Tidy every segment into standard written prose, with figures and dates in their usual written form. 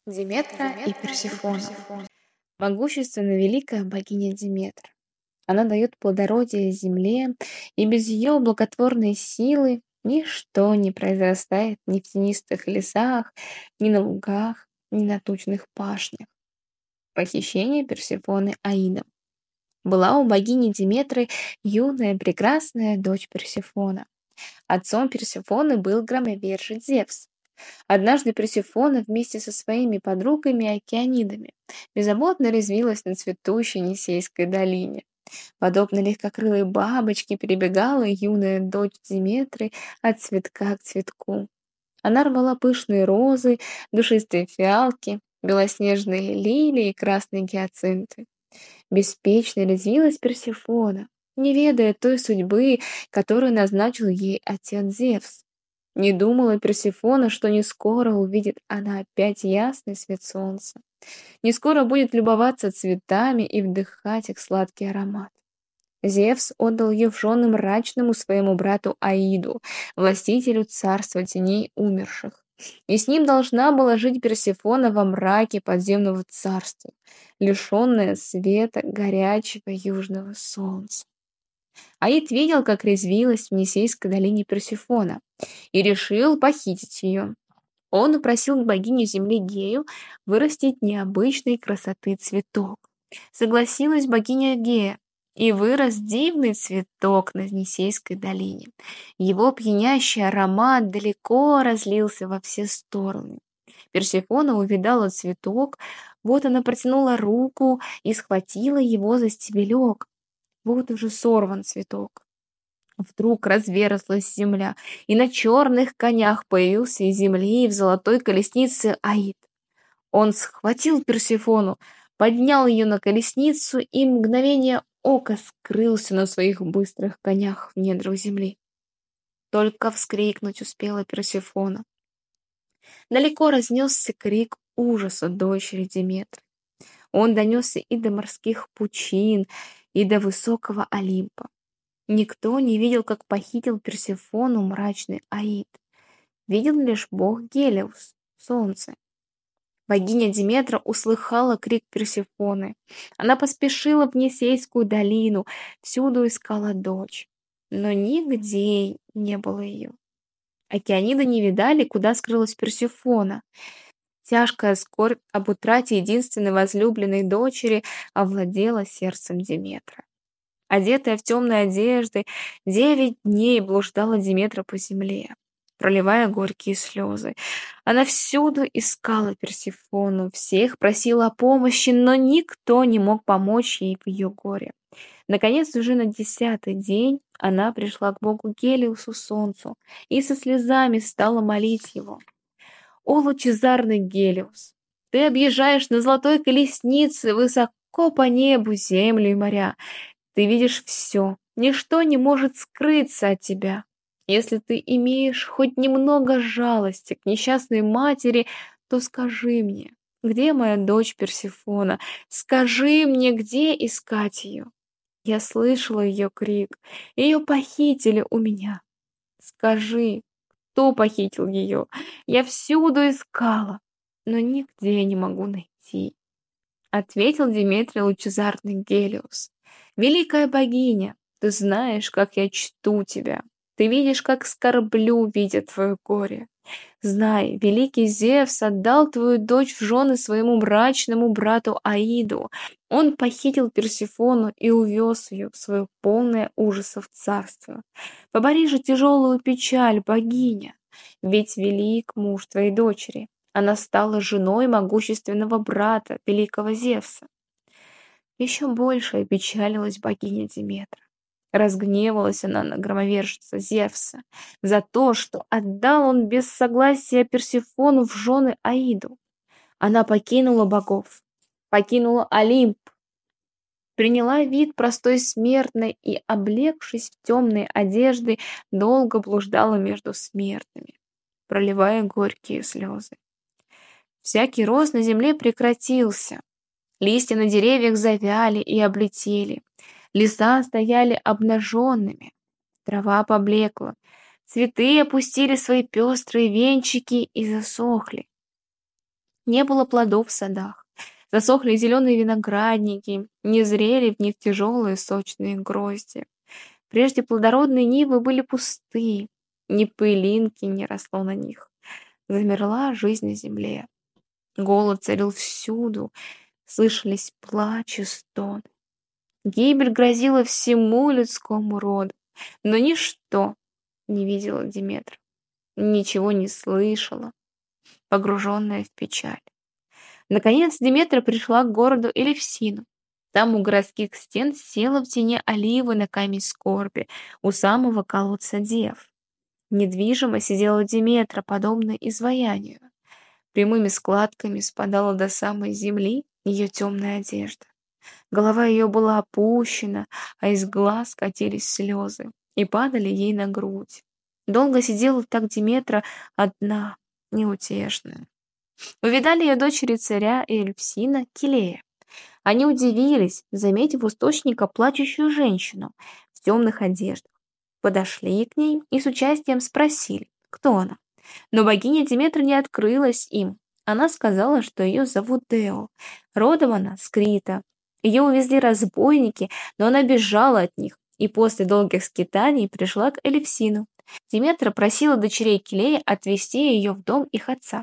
Диметра и Персефона. Могущественная великая богиня Диметра. Она дает плодородие земле, и без ее благотворной силы ничто не произрастает ни в тенистых лесах, ни на лугах, ни на тучных пашнях. Похищение Персефоны Аидом. Была у богини Диметры юная прекрасная дочь Персефона. Отцом Персефоны был громовержец Зевс. Однажды Персефона вместе со своими подругами-океанидами беззаботно резвилась на цветущей Нисейской долине. Подобно легкокрылой бабочке перебегала юная дочь Диметры от цветка к цветку. Она рвала пышные розы, душистые фиалки, белоснежные лилии и красные гиацинты. Беспечно резвилась Персефона, не ведая той судьбы, которую назначил ей отец Зевс. Не думала Персефона, что не скоро увидит она опять ясный свет солнца. Не скоро будет любоваться цветами и вдыхать их сладкий аромат. Зевс отдал ее в жены мрачному своему брату Аиду, властителю царства теней умерших. И с ним должна была жить Персефона во мраке подземного царства, лишенная света горячего южного солнца. Аид видел, как резвилась в Нисейской долине Персефона, и решил похитить ее. Он упросил богиню земли Гею вырастить необычной красоты цветок. Согласилась богиня Гея, и вырос дивный цветок на Нисейской долине. Его пьянящий аромат далеко разлился во все стороны. Персефона увидала цветок, вот она протянула руку и схватила его за стебелек. Вот уже сорван цветок. Вдруг разверзлась земля, и на черных конях появился из земли в золотой колеснице Аид. Он схватил Персефону, поднял ее на колесницу и в мгновение ока скрылся на своих быстрых конях в недрах земли. Только вскрикнуть успела Персефона. Далеко разнесся крик ужаса дочери Диметры. Он донесся и до морских пучин, и до высокого Олимпа. Никто не видел, как похитил Персефону мрачный Аид. Видел лишь бог Гелиос, солнце. Богиня Диметра услыхала крик Персефоны. Она поспешила в Нисейскую долину, всюду искала дочь. Но нигде не было ее. Океаниды не видали, куда скрылась Персефона. Тяжкая скорбь об утрате единственной возлюбленной дочери овладела сердцем Диметры. Одетая в темные одежды, 9 дней блуждала Диметра по земле, проливая горькие слезы. Она всюду искала Персефону, всех просила о помощи, но никто не мог помочь ей в ее горе. Наконец, уже на 10-й день она пришла к богу Гелиосу Солнцу и со слезами стала молить его. «О, лучезарный Гелиос, ты объезжаешь на золотой колеснице высоко по небу землю и моря. Ты видишь все, ничто не может скрыться от тебя. Если ты имеешь хоть немного жалости к несчастной матери, то скажи мне, где моя дочь Персефона? Скажи мне, где искать ее? Я слышала ее крик, ее похитили у меня. Скажи, кто похитил ее? Я всюду искала, но нигде не могу найти. Ответил Диметрий лучезарный Гелиос. Великая богиня, ты знаешь, как я чту тебя. Ты видишь, как скорблю, видя твое горе. Знай, великий Зевс отдал твою дочь в жены своему мрачному брату Аиду. Он похитил Персефону и увез ее в свое полное ужасов царство. Побори же тяжелую печаль, богиня, ведь велик муж твоей дочери. Она стала женой могущественного брата, великого Зевса. Еще больше опечалилась богиня Диметра. Разгневалась она на громовержца Зевса за то, что отдал он без согласия Персефону в жены Аиду. Она покинула богов, покинула Олимп, приняла вид простой смертной и, облегшись в темные одежды, долго блуждала между смертными, проливая горькие слезы. Всякий рост на земле прекратился. Листья на деревьях завяли и облетели. Леса стояли обнаженными. Трава поблекла. Цветы опустили свои пестрые венчики и засохли. Не было плодов в садах. Засохли зеленые виноградники, не зрели в них тяжелые сочные грозди. Прежде плодородные нивы были пусты, ни пылинки не росло на них. Замерла жизнь на земле. Голод царил всюду, слышались плач и стоны. Гибель грозила всему людскому роду, но ничто не видела Диметра, ничего не слышала, погруженная в печаль. Наконец Диметра пришла к городу Элевсину. Там у городских стен села в тени оливы на камень скорби, у самого колодца дев. Недвижимо сидела Диметра, подобно изваянию. Прямыми складками спадала до самой земли ее темная одежда. Голова ее была опущена, а из глаз катились слезы и падали ей на грудь. Долго сидела так Диметра одна, неутешная. Увидали ее дочери царя Эльфсина Килея. Они удивились, заметив у источника плачущую женщину в темных одеждах. Подошли к ней и с участием спросили, кто она. Но богиня Диметра не открылась им. Она сказала, что ее зовут Део. Родом она с Крита. Ее увезли разбойники, но она бежала от них и после долгих скитаний пришла к Элевсину. Диметра просила дочерей Килея отвезти ее в дом их отца.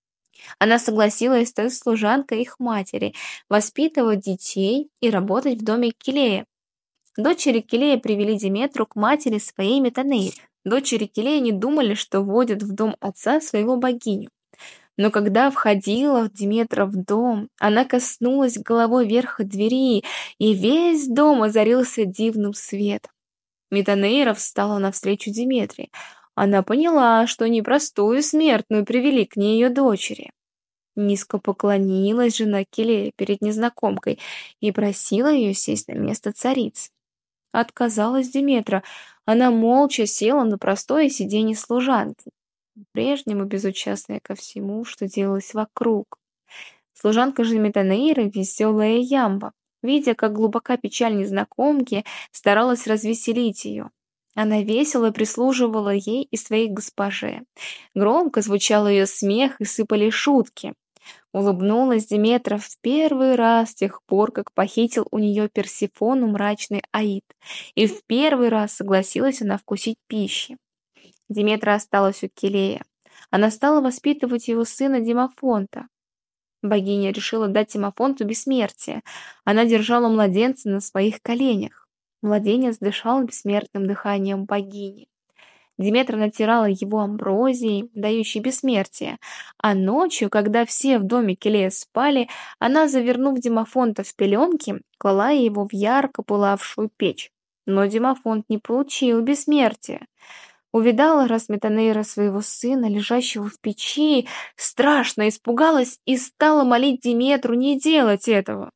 Она согласилась стать служанкой их матери, воспитывать детей и работать в доме Килея. Дочери Килея привели Диметру к матери своей Метанеи. Дочери Килея не думали, что вводят в дом отца своего богиню. Но когда входила Диметра в дом, она коснулась головой верха двери, и весь дом озарился дивным светом. Метанейра встала навстречу Диметре. Она поняла, что непростую смертную привели к ней ее дочери. Низко поклонилась жена Килея перед незнакомкой и просила ее сесть на место царицы. Отказалась Диметра. Она молча села на простое сиденье служанки, по-прежнему безучастная ко всему, что делалось вокруг. Служанка же Метанейры, веселая ямба, видя, как глубока печаль незнакомки, старалась развеселить ее. Она весело прислуживала ей и своей госпоже. Громко звучал ее смех и сыпали шутки. Улыбнулась Диметра в первый раз с тех пор, как похитил у нее Персефону мрачный Аид, и в первый раз согласилась она вкусить пищи. Диметра осталась у Килея. Она стала воспитывать его сына Димофонта. Богиня решила дать Димофонту бессмертие. Она держала младенца на своих коленях. Младенец дышал бессмертным дыханием богини. Диметра натирала его амброзией, дающей бессмертие, а ночью, когда все в доме Килея спали, она, завернув Димофонта в пеленки, клала его в ярко пылавшую печь. Но Димофонт не получил бессмертия. Увидала раз Метанейра своего сына, лежащего в печи, страшно испугалась и стала молить Диметру не делать этого.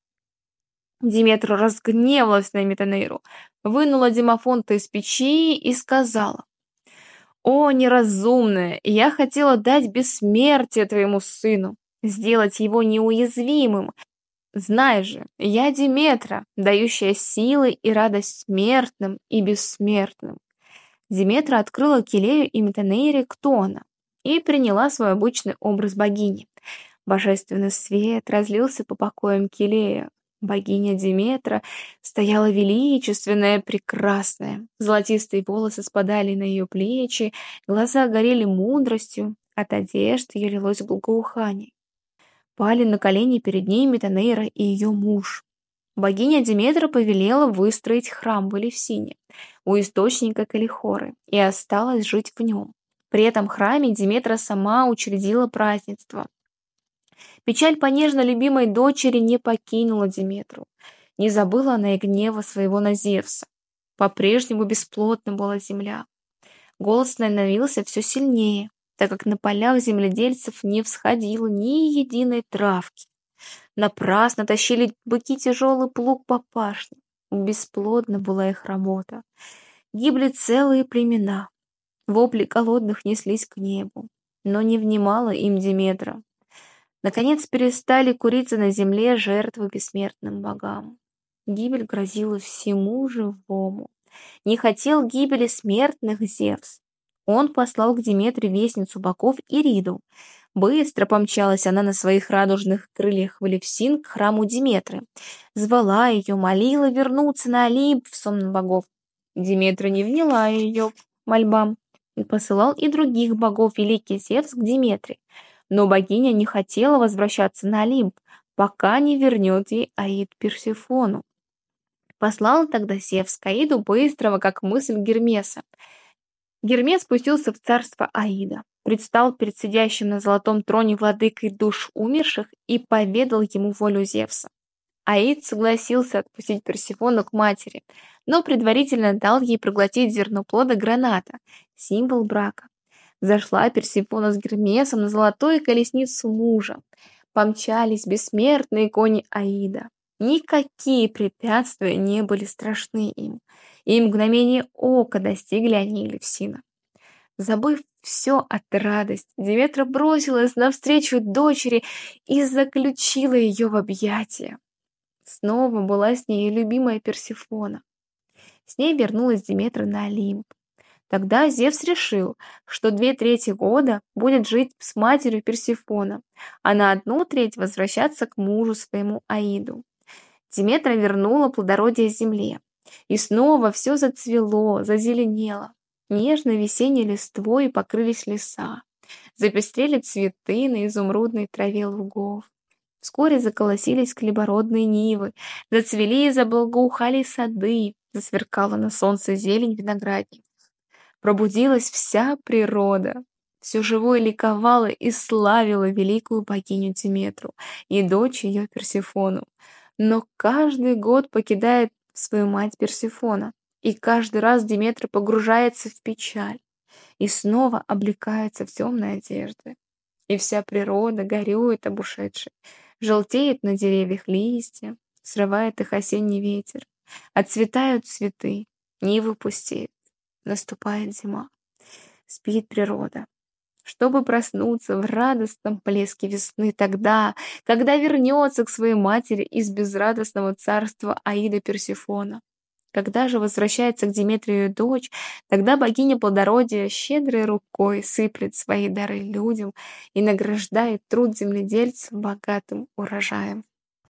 Диметра разгневалась на Метанейру, вынула Димофонта из печи и сказала: «О, неразумная, я хотела дать бессмертие твоему сыну, сделать его неуязвимым. Знай же, я Диметра, дающая силы и радость смертным и бессмертным». Диметра открыла Килею и Метанейре, кто она, и приняла свой обычный образ богини. Божественный свет разлился по покоям Килея. Богиня Диметра стояла величественная, прекрасная. Золотистые волосы спадали на ее плечи, глаза горели мудростью, от одежд ее лилось благоухание. Пали на колени перед ней Метанейра и ее муж. Богиня Диметра повелела выстроить храм в Элевсине, у источника Калихоры, и осталась жить в нем. При этом храме Диметра сама учредила празднество. Печаль по нежно любимой дочери не покинула Диметру. Не забыла она и гнева своего на Зевса. По-прежнему бесплодна была земля. Голод становился все сильнее, так как на полях земледельцев не всходило ни единой травки. Напрасно тащили быки тяжелый плуг по пашне. Бесплодна была их работа. Гибли целые племена. Вопли голодных неслись к небу, но не внимала им Диметра. Наконец перестали куриться на земле жертвы бессмертным богам. Гибель грозила всему живому. Не хотел гибели смертных Зевс. Он послал к Диметре вестницу богов Ириду. Быстро помчалась она на своих радужных крыльях в Элевсин к храму Диметры. Звала ее, молила вернуться на Олимп в сон богов. Диметра не вняла ее мольбам и посылал и других богов великий Зевс к Диметре. Но богиня не хотела возвращаться на Олимп, пока не вернет ей Аид Персефону. Послал тогда Зевс к Аиду быстрого, как мысль Гермеса. Гермес спустился в царство Аида, предстал перед сидящим на золотом троне владыкой душ умерших и поведал ему волю Зевса. Аид согласился отпустить Персефону к матери, но предварительно дал ей проглотить зерно плода граната, символ брака. Зашла Персефона с Гермесом на золотую колесницу мужа. Помчались бессмертные кони Аида. Никакие препятствия не были страшны им, и в мгновение ока достигли они Элевсина. Забыв все от радости, Диметра бросилась навстречу дочери и заключила ее в объятия. Снова была с ней любимая Персефона. С ней вернулась Диметра на Олимп. Тогда Зевс решил, что 2/3 года будет жить с матерью Персефона, а на 1/3 возвращаться к мужу своему Аиду. Диметра вернула плодородие земле, и снова все зацвело, зазеленело. Нежной весенней листвой покрылись леса, запестрели цветы на изумрудной траве лугов. Вскоре заколосились хлебородные нивы, зацвели и заблагоухали сады, засверкала на солнце зелень виноградников. Пробудилась вся природа. Все живое ликовало и славило великую богиню Диметру и дочь ее Персефону. Но каждый год покидает свою мать Персефона, и каждый раз Диметра погружается в печаль и снова облекается в темные одежды. И вся природа горюет об ушедшей, желтеют на деревьях листья, срывает их осенний ветер, отцветают цветы, нивы пустеют, наступает зима, спит природа, чтобы проснуться в радостном блеске весны тогда, когда вернется к своей матери из безрадостного царства Аида Персефона. Когда же возвращается к Диметре ее дочь, тогда богиня плодородия щедрой рукой сыплет свои дары людям и награждает труд земледельцев богатым урожаем.